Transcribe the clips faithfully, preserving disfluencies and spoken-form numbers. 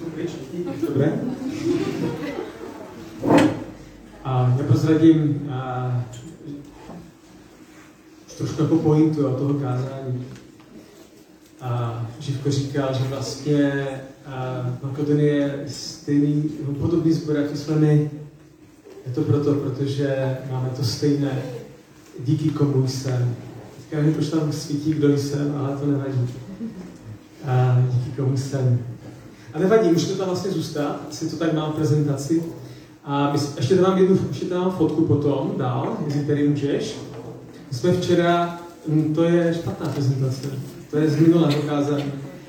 Dobré? A já prozradím a, trošku jako pointu toho kázání. A Živko říkal, že vlastně Makedonie je stejný, podobný sbor, jaký jsme my. Je to proto, protože máme to stejné, díky komu jsem. Teďka nevím, proč tam svítí, kdo jsem, ale to nevadí. A díky komu jsem. A nevadí, může to tam vlastně zůstat, asi to tak mám prezentaci. A my, ještě tam mám jednu ještě tam mám fotku potom, dál, jestli tady můžeš. My jsme včera, to je špatná prezentace, to je z minulého kázání.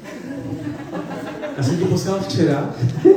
Já jsem ti poslal včera.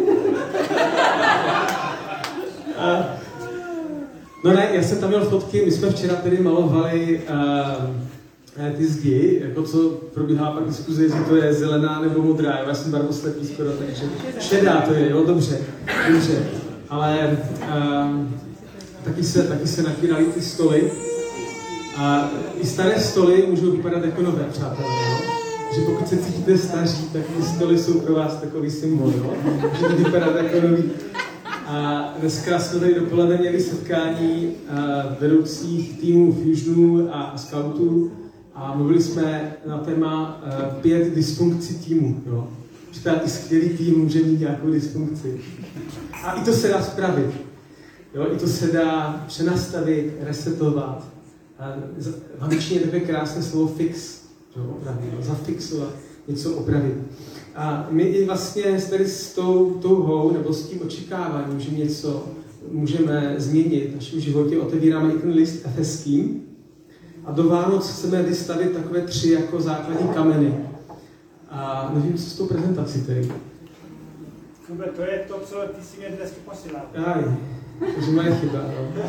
A, no ne, já jsem tam měl fotky, my jsme včera tady malovali uh, ty zdi, jako co probíhá pak diskuze, jestli to je zelená nebo modrá, já jsem barvoslepý skoro, takže šedá to je, jo, dobře, dobře. Ale uh, taky se, taky se nakvíraly ty stoly. A i staré stoly můžou vypadat jako nové, přátelé, jo? Že pokud se cítíte staří, tak ty stoly jsou pro vás takový symbol, jo? Můžete vypadat jako nový. A dneska jsme tady dopoledne měli setkání uh, vedoucích týmů Fusionu a Scoutů a mluvili jsme na téma uh, pět dysfunkcí týmu, jo? Že tady skvělý tým může mít nějakou dysfunkci. A i to se dá spravit. Jo? I to se dá přenastavit, resetovat. V angličtině je takové krásné slovo fix, jo? Opravit, jo? Zafixovat, něco opravit. A my i vlastně tady s tou touhou nebo s tím očekáváním, že něco můžeme změnit v našem životě, otevíráme i ten list efeským a do Vánoc chceme vystavit takové tři jako základní kameny. A nevím, co s tou prezentací tady. Kube, to je to, co ty si mě dneska posílal. Aj, takže moje chyba, no.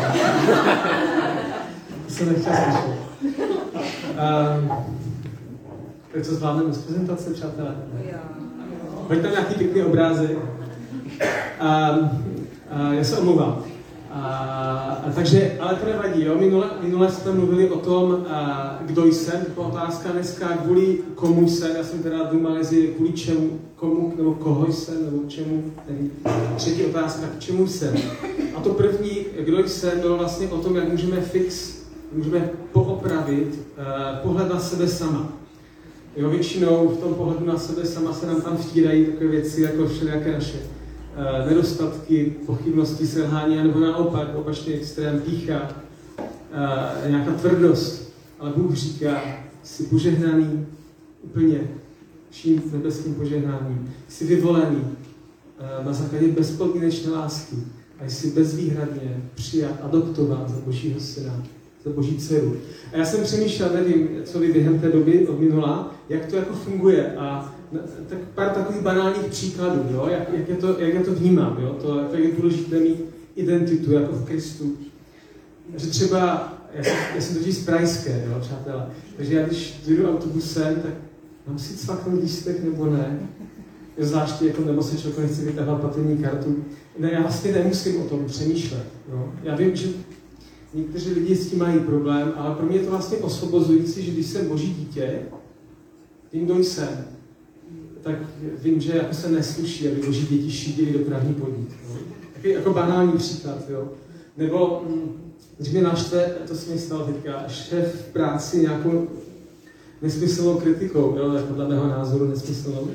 To jsem nechtěl slyšet. Um, tak co zvládneme z prezentace, přátelé? Pojď tam nějaký pěkný obrázek. Um, uh, já se omlouvám. A, a takže, ale to nevadí, jo? Minule, minule jsme mluvili o tom, a, kdo jsem, taková otázka dneska, kvůli komu jsem, já jsem teda důmal, jestli kvůli čemu, komu, nebo koho jsem, nebo čemu, nevím. Třetí otázka, k čemu jsem. A to první, kdo jsem, bylo vlastně o tom, jak můžeme fix, můžeme poopravit uh, pohled na sebe sama. Jo, většinou v tom pohledu na sebe sama se nám tam vtírají takové věci, jako všelijaké naše Uh, nedostatky, pochybnosti, selhání, nebo naopak, opačný extrém, pýcha, uh, nějaká tvrdost. Ale Bůh říká, jsi požehnaný úplně vším nebeským požehnáním. Jsi vyvolený uh, na základě bezpodmínečné lásky a jsi bezvýhradně přijat, adoptován za Božího syna, za Boží dceru. A já jsem přemýšlel, nevím, co vy během té doby od minula, jak to jako funguje a tak pár takových banálních příkladů, jo? Jak, jak, je to, jak já to vnímám, jo? To, to je důležité mít identitu jako v Kristu. Že třeba, já jsem, já jsem totiž z Pražské, jo, přátelé, takže já když jdu autobusem, tak mám si cvaknout lístek nebo ne, zvláště jako nebo se člověk nechce vytáhnout platební kartu. Ne, já vlastně nemusím o tom přemýšlet, jo? Já vím, že někteří lidi s tím mají problém, ale pro mě je to vlastně osvobozující, že když jsem Boží dítě, vím, kdo jsem, tak vím, že jako se nesluší, aby Boží děti šídili dopravní podnik. Jo? Takový jako banální příklad, jo. Nebo, když mě naštve, to se mi stalo teďka, šéf v práci nějakou nesmyslnou kritikou, jo, podle mého názoru nesmyslnou.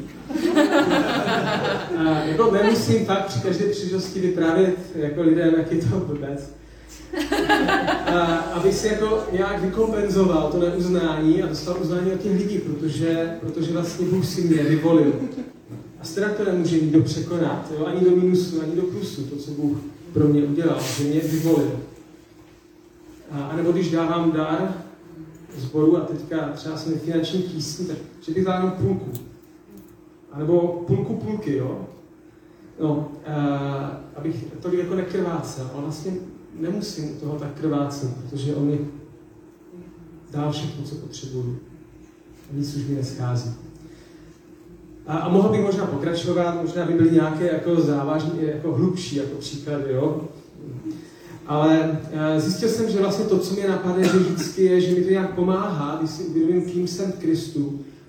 A jako nemusím fakt při každé příležitosti vyprávět jako lidem, jak je to vůbec. A aby si jako nějak vykompenzoval to neuznání a dostal uznání od těch lidí, protože, protože vlastně Bůh si mě vyvolil. A strach to nemůže nikdo překonat, jo? Ani do minusu, ani do plusu, to, co Bůh pro mě udělal, že mě vyvolil. A, a nebo když dávám dar sboru a teďka třeba jsem finanční tísni, tak že bych dal jenom půlku. A nebo půlku půlky, jo? No, a, abych to jako nekrvácel, ale vlastně nemusím u toho tak krvácet, protože on mi dá všechno, co potřebuju. A nic už mi neschází. A, a mohl bych možná pokračovat, možná by byly nějaké jako závažné, jako hlubší jako příklady, jo. Ale zjistil jsem, že vlastně to, co mě napadne, že vždycky je, že mi to nějak pomáhá, když si uvědomím, kým jsem v Kristu,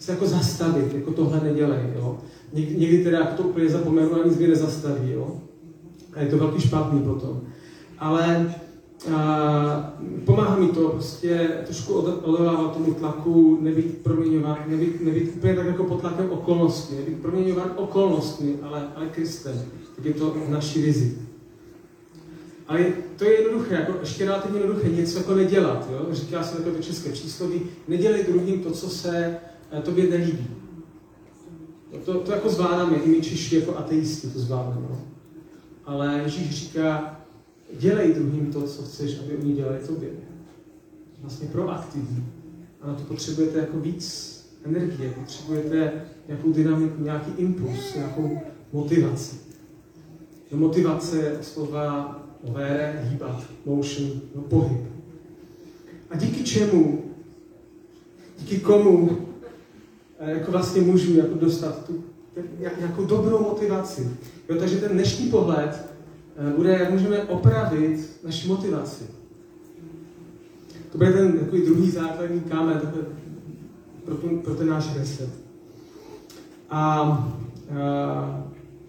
se jako zastavit, jako tohle nedělej, jo. Někdy, někdy teda jako to úplně zapomenu a nic mě nezastaví, jo. A je to velký špatný potom. Ale a, pomáhá mi to prostě trošku odolávat tomu tlaku, nebýt proměňován, nebýt, nebýt úplně tak jako pod tlakem okolností, nebýt proměňován okolnostmi, ale, ale Kristem. Tak je to v naší vizi. Ale to je jednoduché, jako ještě relativně jednoduché, něco jako nedělat, jo? Říká se takové to české přísloví, nedělej druhým to, co se tobě nelíbí. To, to jako zvládáme, i my Češi jako ateisti to zvládáme. No? Ale Ježíš říká, dělej druhým to, co chceš, aby oni dělali tobě. Vlastně proaktivní. A na to potřebujete jako víc energie, potřebujete nějakou dynamiku, nějaký impuls, nějakou motivaci. No, motivace je slova movere, hýbat, motion, no, pohyb. A díky čemu, díky komu jako vlastně můžu jako dostat tu nějakou dobrou motivaci. Jo, takže ten dnešní pohled bude, jak můžeme opravit naši motivaci. To bude ten takový druhý základní kámen pro, ten, pro ten náš reset. A, a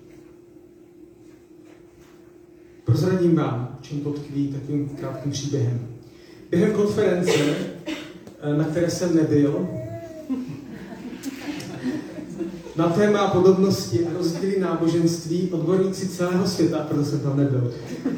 prozradím vám, čím to tkví takovým krátkým příběhem. Během konference, na které jsem nebyl, na téma podobnosti a rozdíly náboženství odborníci celého světa, proto jsem tam nebyl,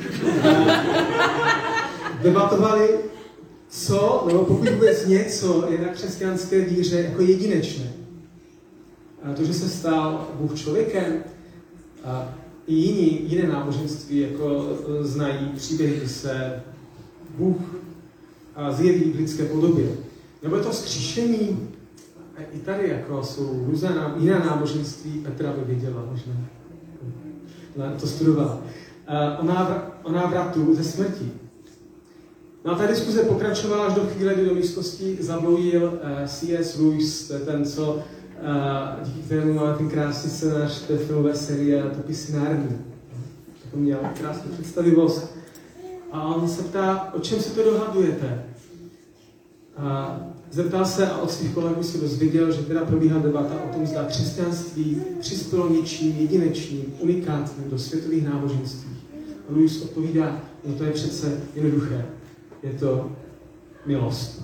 debatovali, co, nebo pokud vůbec něco je na křesťanské víře jako jedinečné. A to, že se stal Bůh člověkem, a i jiní, jiné náboženství jako znají příběhy, kdy se Bůh zjeví v lidské podobě. Nebo je to vzkříšení. I tady jako jsou různá jiná náboženství, Petra by věděla možná. To studovala. O, návr- o návratu ze smrti. No a ta diskuze pokračovala až do chvíle, kdy do místnosti zabloudil C S Lewis, to je ten, co, díky kterému máme ten krásný scénář té filmové série Topisy Nární. Tak on měl krásnou představivost. A on se ptá, o čem se to dohadujete? A zeptal se a od svých kolegů si dozvěděl, že teda probíhá debata o tom, zda křesťanství přispělo něčím jedinečným, unikátním do světových náboženství. A Lewis odpovídá, no to je přece jednoduché. Je to milost.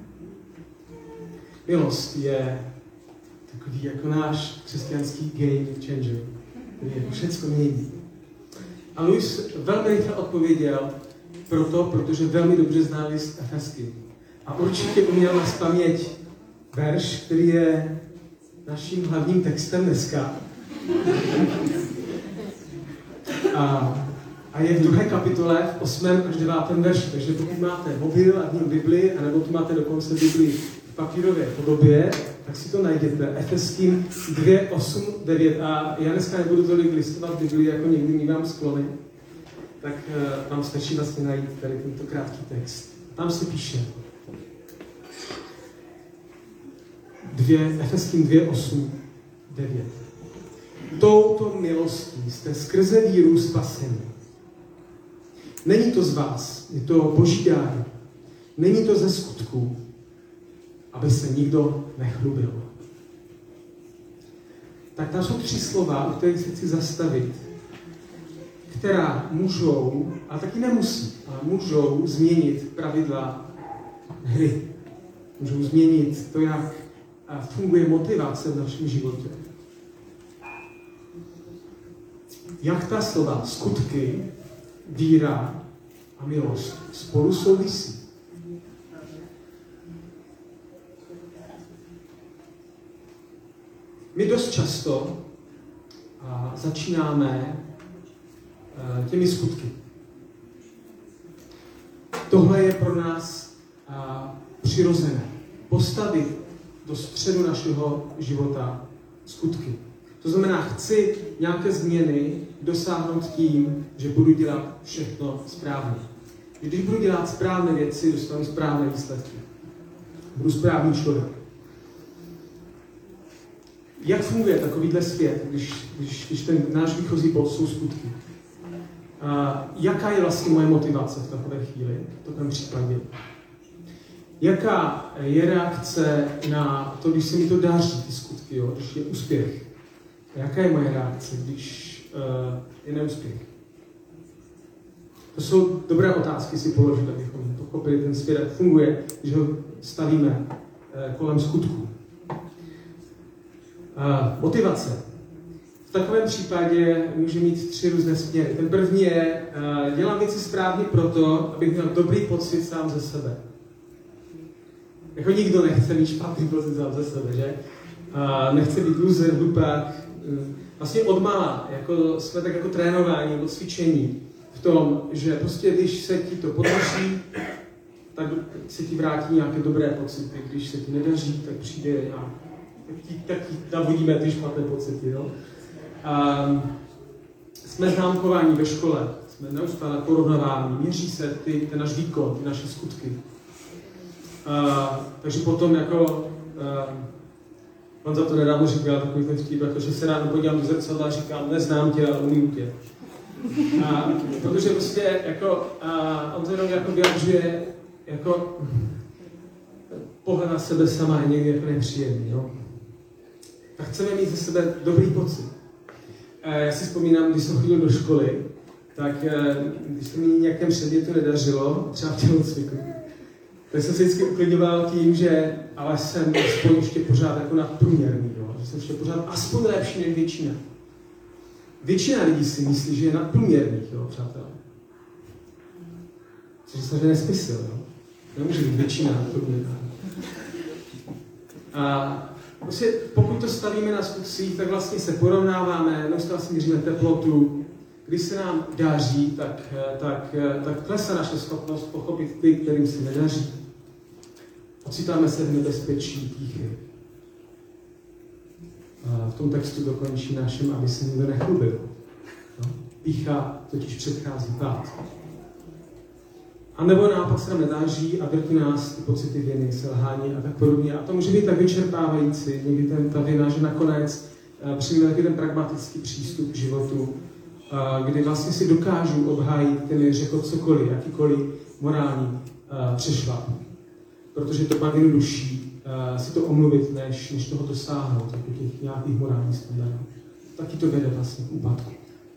Milost je takový jako náš křesťanský game changer, který jako všecko mění. A Lewis velmi rychle odpověděl proto, protože velmi dobře zná list Efeským. A určitě uměl na paměť verš, který je naším hlavním textem dneska. A, a je v druhé kapitole, v osmém až devátém verši. Takže pokud máte mobil a v něm Bibli, anebo tu máte dokonce Bibli v papírové podobě, tak si to najděte. Efeským dva, osm, devět. A já dneska nebudu tolik listovat Bibli, jako někdy mívám sklony. Tak uh, vám stačí vlastně najít tady tento krátký text. Tam se píše. Efeským dva, osm, devět. Touto milostí jste skrze víru spaseni. Není to z vás, je to boží dár. Není to ze skutků, aby se nikdo nechlubil. Tak tam jsou tři slova, o kterých se chci zastavit, která můžou, ale taky nemusí, ale můžou změnit pravidla hry. Můžou změnit to, jak funguje motivace v našem životě. Jak ta slova, skutky, víra a milost spolu souvisí. My dost často a, začínáme a, těmi skutky. Tohle je pro nás a, přirozené. Postavit do středu našeho života skutky. To znamená, chci nějaké změny dosáhnout tím, že budu dělat všechno správně. Když budu dělat správné věci, dostanu správné výsledky. Budu správný člověk. Jak funguje takovýhle svět, když, když, když ten náš výchozí bod jsou skutky? A jaká je vlastně moje motivace v takové chvíli, v takovém případě? Jaká je reakce na to, když se mi to daří, ty skutky, jo? Když je úspěch? Jaká je moje reakce, když uh, je neúspěch? To jsou dobré otázky si položit, abychom pochopili, ten svět jak funguje, když ho stavíme uh, kolem skutku. Uh, motivace. V takovém případě může mít tři různé směry. Ten první je, uh, dělám věci správně proto, abych měl dobrý pocit sám ze sebe. Jako nikdo nechce mít špatný pocit sám ze sebe, že? Uh, nechce být loser, hlupák. Uh, vlastně odmala, jako jsme tak jako trénováni, nebo cvičení v tom, že prostě když se ti to podaří, tak se ti vrátí nějaké dobré pocity. Když se ti nedaří, tak přijde nějak, tak ti, tak ti navodíme ty špatné pocity, jo? Um, jsme známkováni ve škole, jsme neustále porovnáváni, měří se ty, ten náš výkon, ty naše skutky. Uh, takže potom jako, uh, on za to nedávno říkal takový ten vtip, jako, že se ráno podívám do zrcadla a říkám, neznám tě, ale umím tě. Uh, protože prostě jako, uh, on to jenom jako vyjadřuje, jako pohled na sebe sama je někdy jako nepříjemný, jo. Tak chceme mít ze sebe dobrý pocit. Uh, já si vzpomínám, když jsem chodil do školy, tak uh, když se mi nějakém předmětu nedařilo, třeba v tělocviku, tak jsem se vždycky uklidňoval tím, že ale jsem aspoň ještě pořád jako nadprůměrný, jo? Že jsem ještě pořád aspoň lepší než většina. Většina lidí si myslí, že je nadprůměrných, jo, přátelé. Což je samozřejmě nesmysl, jo. Nemůže být většina nadprůměrná. A prostě pokud to stavíme na skutcích, tak vlastně se porovnáváme, neustále si měříme teplotu. Když se nám daří, tak, tak, tak klesá naše schopnost pochopit ty, kterým se nedaří. Ocitáme se v nebezpečí pýchy. V tom textu dokončí našem, aby se nikdo nechlubil. No? Pýcha totiž předchází pád. A nebo naopak se nám nedaří a drtí nás ty pocity viny, selhání a tak podobně. A to může být tak vyčerpávající, někdy ten, ta vina, že nakonec uh, přijme taky ten pragmatický přístup k životu, uh, kdy vlastně si dokážu obhájit ten řekl cokoliv, jakýkoliv morální uh, přešlap. Protože to pak jednodušší uh, si to omluvit, než, než toho dosáhnout, jako těch nějakých morálních standardů. Taky to vede vlastně k úpadku.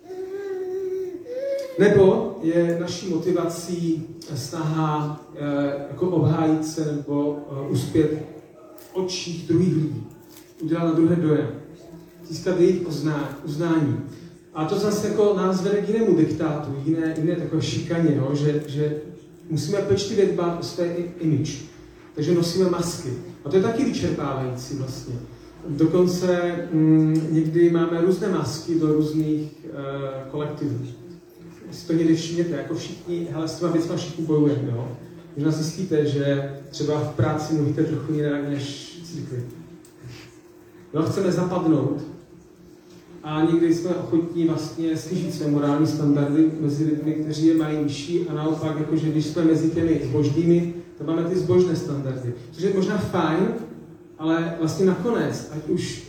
Nebo je naší motivací snaha e, jako obhájit se nebo e, uspět v očích druhých lidí. Udělat na druhé dojem. Získat jejich uzná, uznání. A to zase jako nás vede k jinému diktátu, jiné, jiné takové šikaně, no? že, že musíme pečlivě dbát o své image. Takže nosíme masky. A to je taky vyčerpávající vlastně. Dokonce mm, někdy máme různé masky do různých e, kolektivů. Si to někdy všimněte, jako všichni, hele, s těma věcma všichni bojujeme, jo. Možná zjistíte, že třeba v práci mluvíte trochu jinak než v církvi. Jo, chceme zapadnout a někdy jsme ochotní vlastně snížit své morální standardy mezi lidmi, kteří je mají nižší a naopak, jakože když jsme mezi těmi zbožnými, tak máme ty zbožné standardy. Což je možná fajn, ale vlastně nakonec, ať už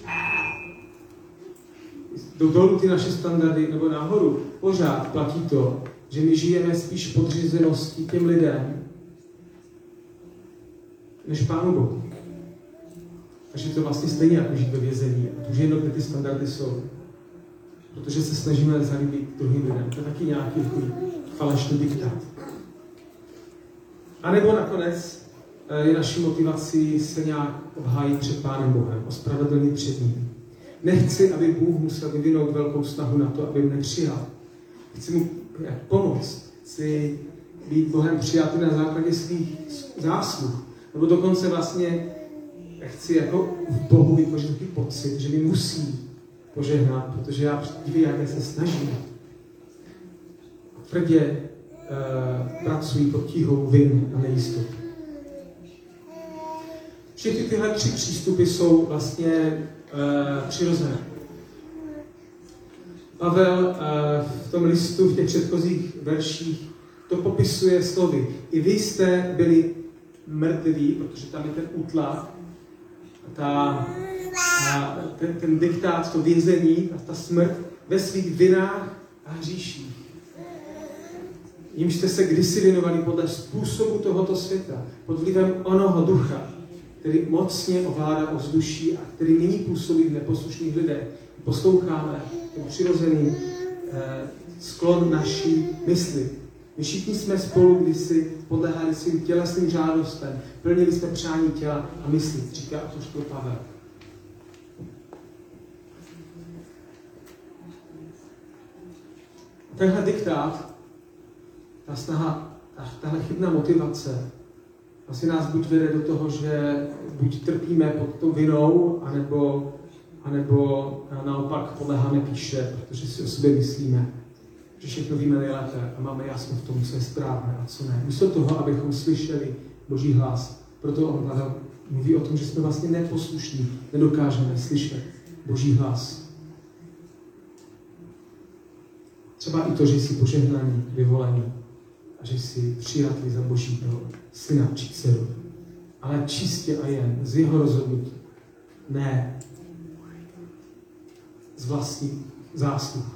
do dolů ty naše standardy nebo nahoru, pořád platí to, že my žijeme spíš podřízeností těm lidem, než Pánu Bohu. Takže to vlastně stejně jako žít ve vězení. Už jedno, kde ty standardy jsou. Protože se snažíme zalíbit druhým lidem. To je taky nějaký falešný diktát. A nebo nakonec je naší motivací se nějak obhájit před Pánem Bohem, ospravedlnit před ním. Nechci, aby Bůh musel vyvinout velkou snahu na to, aby mě přijal. Chci mu pomoct. Chci být Bohem přijatý na základě svých zásluh. Nebo dokonce vlastně chci jako v Bohu vytvořit takový pocit, že mi musí požehnat, protože já díví, jak se snažím. Tvrdě uh, pracují pod tíhou vin a nejistot. Všechny tyhle tři přístupy jsou vlastně uh, přirozené. Pavel uh, v tom listu, v těch předchozích verších, to popisuje slovy. I vy jste byli mrtví, protože tam je ten útlak, ta, ta, ten, ten diktát, to vězení, ta, ta smrt ve svých vinách a hříších. jim jste se kdysi věnovali podle způsobu tohoto světa, pod vlivem onoho ducha, který mocně ovládá ovzduší a který nyní působí v neposlušných lidech. Posloucháme ten přirozený eh, sklon naší mysli. My všichni jsme spolu kdysi podléhali svým tělesným žádostem, plnili jsme přání těla a mysli, říká apoštol Pavel. Tenhle diktát, ta snaha, tahle chybná motivace, asi nás buď vede do toho, že buď trpíme pod tou vinou, anebo, anebo naopak podléháme píše, protože si o sobě myslíme, že všechno víme nejlépe a máme jasno v tom, co je správné a co ne. Místo toho, abychom slyšeli Boží hlas. Proto on mluví o tom, že jsme vlastně neposlušní, nedokážeme slyšet Boží hlas. Třeba i to, že jsi požehnaný, vyvolený a že jsi přijatý za Božího syna či dceru. Ale čistě a jen z jeho rozhodnutí. Ne z vlastní zásluh.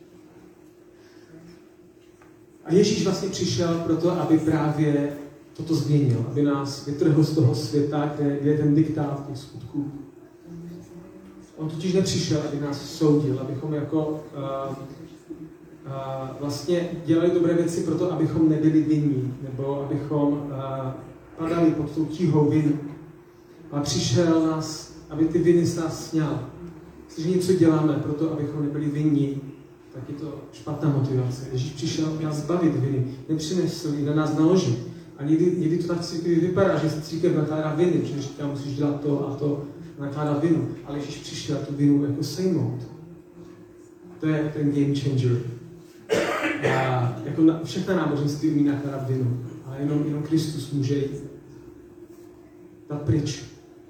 A Ježíš vlastně přišel proto, aby právě toto změnil, aby nás vytrhl z toho světa, kde, kde je ten diktát těch skutků. On totiž nepřišel, aby nás soudil, abychom jako uh, uh, vlastně dělali dobré věci proto, abychom nebyli vinní, nebo abychom uh, padali pod tou tíhou viny. Ale přišel nás, aby ty viny z nás sněl. Jestliže něco děláme proto, abychom nebyli vinní, tak je to špatná motivace. Ježíš přišel nás zbavit viny, nepřinesl ji na nás naložit. A někdy, někdy to tak církvi vypadá, že se církev nakládá viny, že říká, musíš dělat to a to, nakládá vinu. Ale Ježíš přišel tu vinu jako sejmout. To je ten game changer. A jako na, všechna náboženství umí nakládat vinu, ale jenom, jenom Kristus může jít dát pryč.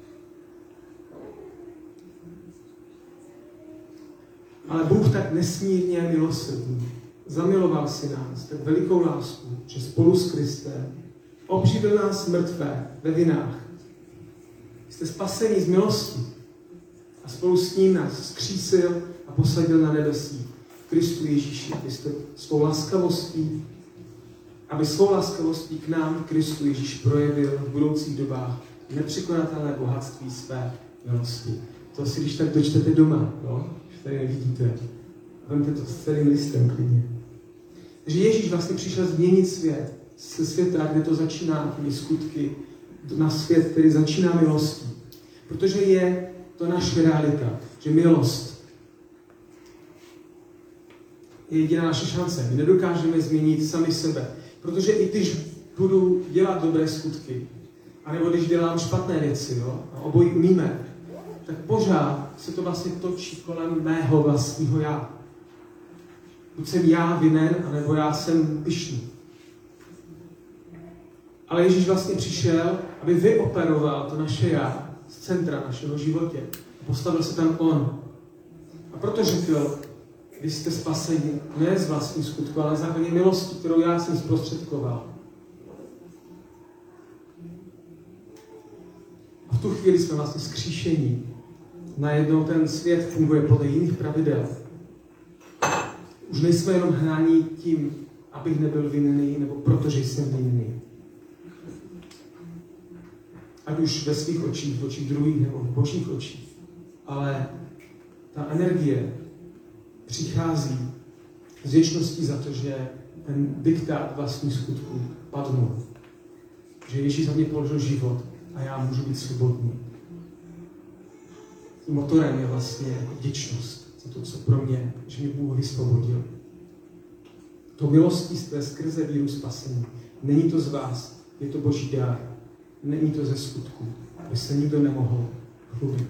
Ale Bůh tak nesmírně milosrdný zamiloval si nás tak velikou lásku, že spolu s Kristem obživil nás mrtvé ve vinách. Jste spaseni z milosti a spolu s ním nás vzkřísil a posadil na nebesí v Kristu Ježíši, abyste svou laskavostí, aby svou laskavostí k nám Kristu Ježíš projevil v budoucích dobách nepřekonatelné bohatství své milosti. To si když tak dočtete doma, no? Tady nevidíte. Vemte to s celým listem klidně. Takže Ježíš vlastně přišel změnit svět. Se světa, kde to začíná těmi skutky, na svět, který začíná milostí. Protože je to naše realita, že milost je jediná naše šance. My nedokážeme změnit sami sebe. Protože i když budu dělat dobré skutky, anebo když dělám špatné věci, jo, a obojí umíme, tak pořád se to vlastně točí kolem mého vlastního já. Buď jsem já vinen, anebo já jsem pyšný. Ale Ježíš vlastně přišel, aby vyoperoval to naše já z centra našeho životě. Postavil se tam on. A proto řekl, vy jste spaseni ne z vlastní skutku, ale základně milosti, kterou já jsem zprostředkoval. A v tu chvíli jsme vlastně zkříšení. Najednou ten svět funguje podle jiných pravidel. Už nejsme jenom hnáni tím, abych nebyl vinný, nebo protože jsem vinný. Ať už ve svých očích, v očích druhých, nebo v božích očích. Ale ta energie přichází z věčností za to, že ten diktát vlastní skutku padnul. Že Ježíš za mě položil život a já můžu být svobodný. Tím motorem je vlastně vděčnost za to, co pro mě, že mě Bůh vysvobodil. To milostí jste skrze víru spasení. Není to z vás, je to Boží dar. Není to ze skutku, aby se nikdo nemohl chlubit.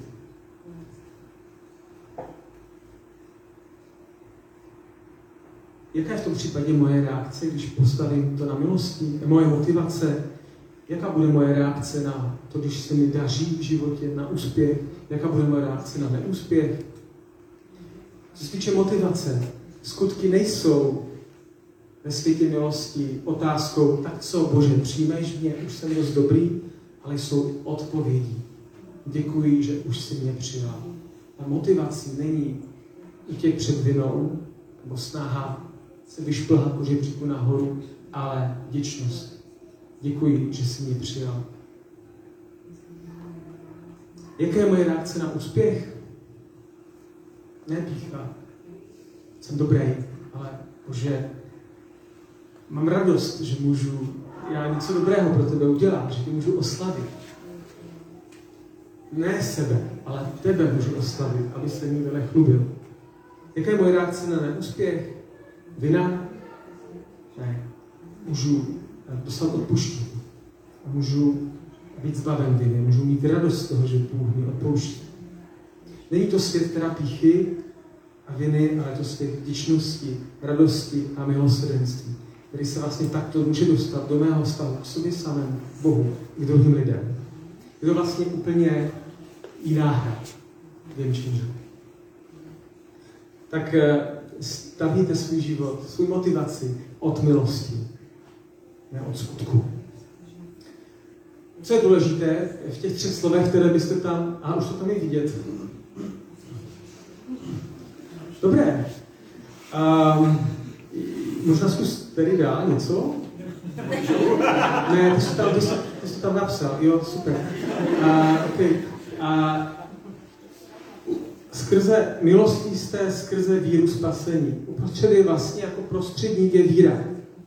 Jaká je v tom případě moje reakce, když postavím to na milosti? Moje motivace? Jaká bude moje reakce na to, když se mi daří v životě, na úspěch? Jaká bude moje reakce na neúspěch? Co se týče motivace, skutky nejsou ve světě milosti otázkou, tak co, Bože, přijmeš mě, už jsem dost dobrý, ale jsou odpovědí. Děkuji, že už jsi mě přijal. Ta motivací není útěk před vinou, nebo snaha se vyšplhat po žebříku nahoru, ale vděčnost. Děkuji, že jsi mě přijal. Jaká je moje reakce na úspěch? Ne pýcha. Jsem dobrý, ale Bože, mám radost, že můžu já něco dobrého pro tebe udělat, že tě můžu oslavit. Ne sebe, ale tebe můžu oslavit, aby se nikdo nechlubil. Jaká je moje reakce na neúspěch? Vina? Ne. Můžu dostat odpuštění. Můžu být zbaven viny. Můžu mít radost z toho, že Bůh mě odpouští. Není to svět teda pýchy a viny, ale je to svět vděčnosti, radosti a milosrdenství, který se vlastně takto může dostat do mého vztahu k sobě samému, k Bohu, k druhým lidem. Je to vlastně úplně jiná hra. Game changer. Tak stavíte svůj život, svou motivaci od milosti, ne od skutku. Co je důležité v těch třech slovech, které byste tam, a už to tam je vidět. Dobré. Um, možná zkus tady dál něco? Ne, ty jsi tam, ty jsi, ty jsi tam napsal. Jo, super. Uh, okay. uh, skrze milostí jste skrze víru spasení. Uprostřed je vlastně jako prostředník je víra.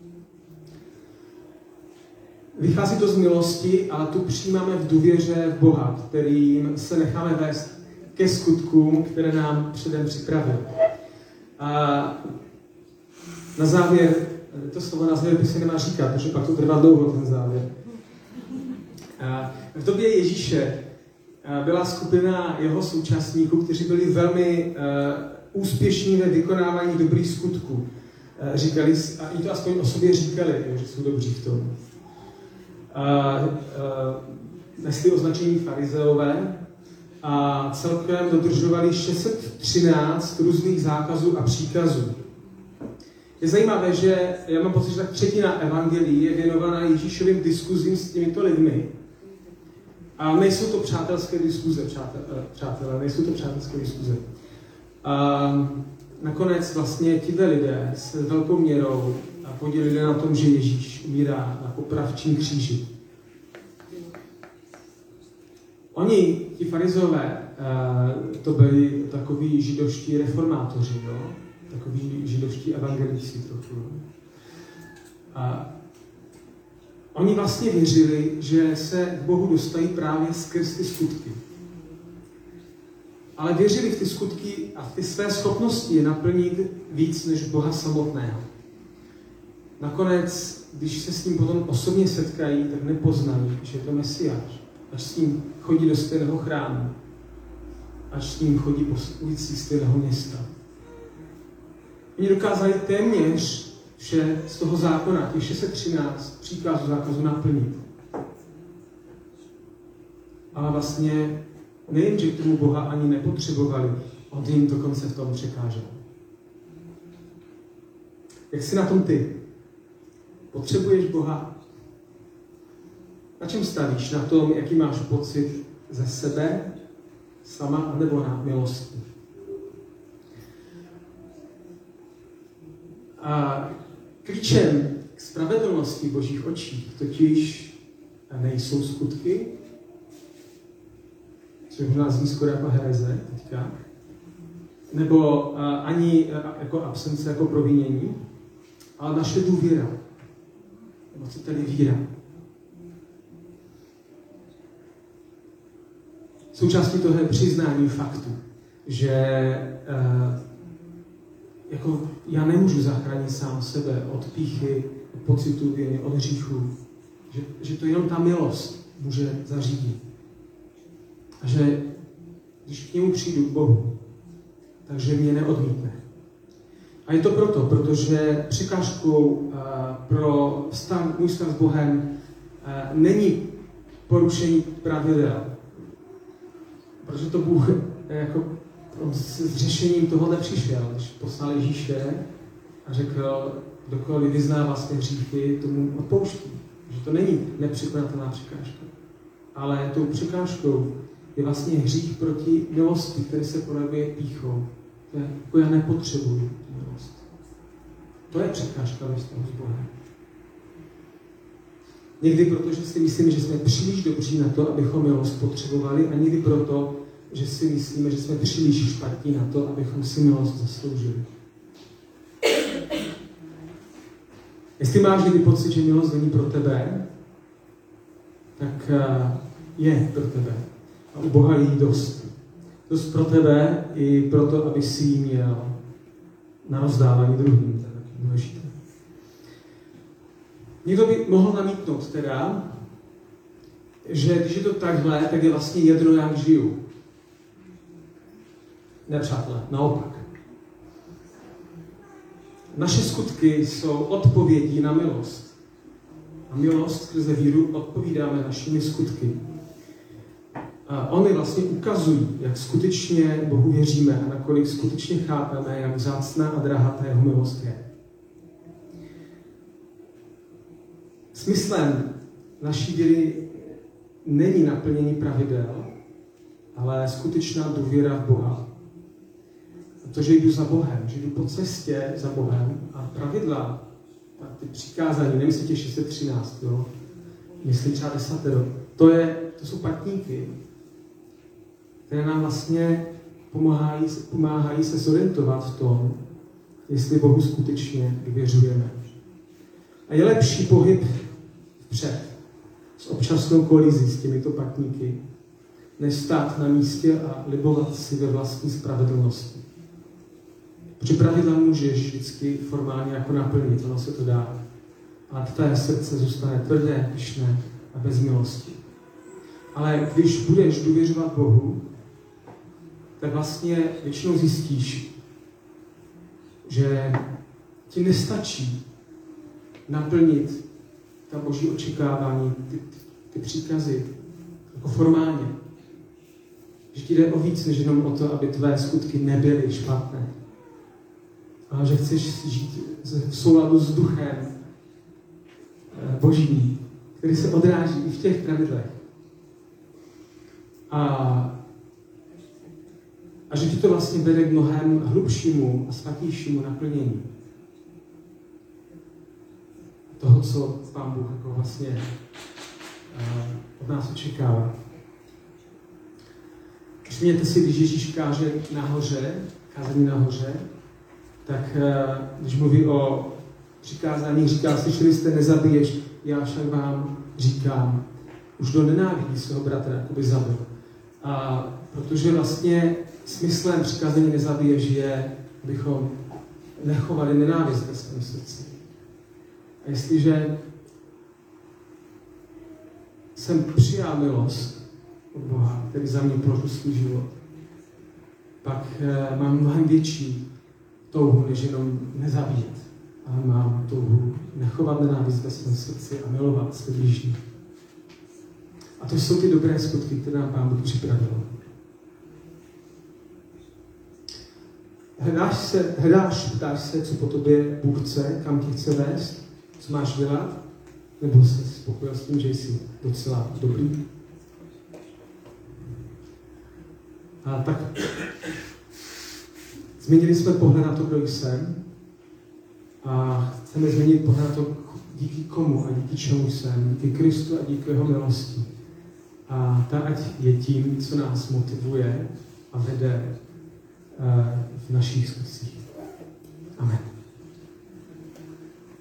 Vychází to z milosti, ale tu přijímáme v důvěře v Boha, kterým se necháme vést ke skutkům, které nám předem připravil. A na závěr, to slovo na závěr by se nemá říkat, protože pak to trvá dlouho, ten závěr. A v době Ježíše byla skupina jeho současníků, kteří byli velmi uh, úspěšní ve vykonávání dobrých skutků. Uh, říkali, a i to aspoň o sobě říkali, že jsou dobří v tom. Uh, uh, nesli označení farizeové a celkem dodržovali šest set třináct různých zákazů a příkazů. Je zajímavé, že já mám pocit, že tak třetina evangelií je věnovaná Ježíšovým diskuzím s těmito lidmi. A nejsou to přátelské diskuze, přátel, přátelé, nejsou to přátelské diskuze. A nakonec vlastně tihle lidé s velkou měrou podělili na tom, že Ježíš umírá na popravčím kříži. Oni, ti farizové, to byli takoví židovští reformátoři, no? Takoví židovští evangelici trochu. A oni vlastně věřili, že se k Bohu dostají právě skrz ty skutky. Ale věřili v ty skutky a v ty své schopnosti je naplnit víc než Boha samotného. Nakonec, když se s ním potom osobně setkají, tak nepoznají, že je to Mesiáš. Až s ním chodí do stejného chrámu. Až s ním chodí po ulici stejného města. Oni dokázali téměř vše z toho zákona, těch šest set třináct příkazů zákazu naplnit. Ale vlastně nejen, že k tomu Boha ani nepotřebovali, on jim dokonce v tom překážel. Jak jsi na tom ty? Potřebuješ Boha? Na čem stavíš? Na tom, jaký máš pocit ze sebe, sama, anebo na milosti? A klíčem k spravedlnosti Božích očí totiž nejsou skutky, což možná zní skoro jako hereze teďka, nebo ani jako absence, jako provinění, ale naše důvěra. Nebo co tady víra. Součástí toho je přiznání faktu, že uh, jako já nemůžu zachránit sám sebe od pýchy, od pocitu viny, od hříchu. Že, že to jenom ta milost může zařídit. A že když k němu přijdu k Bohu, takže mě neodmítne. A je to proto, protože překážkou uh, pro vztah, můj vztah s Bohem uh, není porušení pravidel. Protože to Bůh jako s řešením toho nepřišel, když poslal Ježíše a řekl, kdokoliv vyznává své hříchy, tomu odpouští. Že to není nepřekonatelná překážka. Ale tou překážkou je vlastně hřích proti milosti, který se projevuje pýchou. To je, jako já nepotřebuji milost. To je překážka ve vztahu s Bohem. Někdy proto, že si myslíme, že jsme příliš dobří na to, abychom milost potřebovali, a někdy proto, že si myslíme, že jsme příliš špatní na to, abychom si milost zasloužili. Jestli máš někdy pocit, že milost není pro tebe, tak je pro tebe. A u Boha je jí dost. Dost pro tebe i proto, aby si ji měl na rozdávání druhým. To je taky důležité. Někdo by mohl namítnout teda, že když je to takhle, tak je vlastně jedno, jak žiju. Ne, přátelé, naopak. Naše skutky jsou odpovědí na milost. A milost skrze víru odpovídáme našimi skutky. A oni vlastně ukazují, jak skutečně Bohu věříme a nakolik skutečně chápeme, jak vzácná a drahá ta jeho milost je. Smyslem naší víry není naplnění pravidel, ale skutečná důvěra v Boha. A to, že jdu za Bohem, že jdu po cestě za Bohem a pravidla, a ty přikázání, nemyslíte šest set třináct, jo? Myslím třeba desatero. To, je, to jsou patníky, které nám vlastně pomáhají, pomáhají se zorientovat v tom, jestli Bohu skutečně důvěřujeme. A je lepší pohyb vpřed s občasnou kolizí s těmito patníky, než stát na místě a libovat si ve vlastní spravedlnosti. Protože pravidla můžeš vždycky formálně jako naplnit, ono se to dá. Ale tvé srdce zůstane tvrdé, pyšné a bez milosti. Ale když budeš důvěřovat Bohu, tak vlastně většinou zjistíš, že ti nestačí naplnit ta boží očekávání, ty, ty, ty příkazy, jako formálně. Že ti jde o víc, než jenom o to, aby tvé skutky nebyly špatné. Ale že chceš žít v souladu s duchem božím, který se odráží i v těch pravidlech. A, a že ti to vlastně vede k mnohem hlubšímu a svatějšímu naplnění toho, co Pán Bůh jako vlastně uh, od nás očekává. Všimněte si, když Ježíš káže nahoře, kázání nahoře, tak uh, když mluví o přikázání, říká, slyšeli jste, nezabiješ, já však vám říkám, už do nenávidí svého bratra, jako by zabil. A protože vlastně smyslem přikázání nezabiješ je, abychom nechovali nenávist ve svém srdci. A jestliže jsem přijal milost od Boha, který za mě prožil svůj život, pak eh, mám mnohem větší touhu, než jenom nezabíjet. Ale mám touhu nechovat nenávist ve svém srdci a milovat své blížní. A to jsou ty dobré skutky, které nám Pán Bůh připravil. Hledáš se, hledáš, ptáš se, co po tobě Bůh chce, kam tě chce vést, co máš dělat, nebo jsi spokojil s tím, že jsi docela dobrý? A tak změnili jsme pohled na to, kdo jsem, a chceme změnit pohled na to, díky komu a díky čemu jsem, díky Kristu a díky jeho milosti. A ta ať je tím, co nás motivuje a vede uh, v našich skutcích. Amen.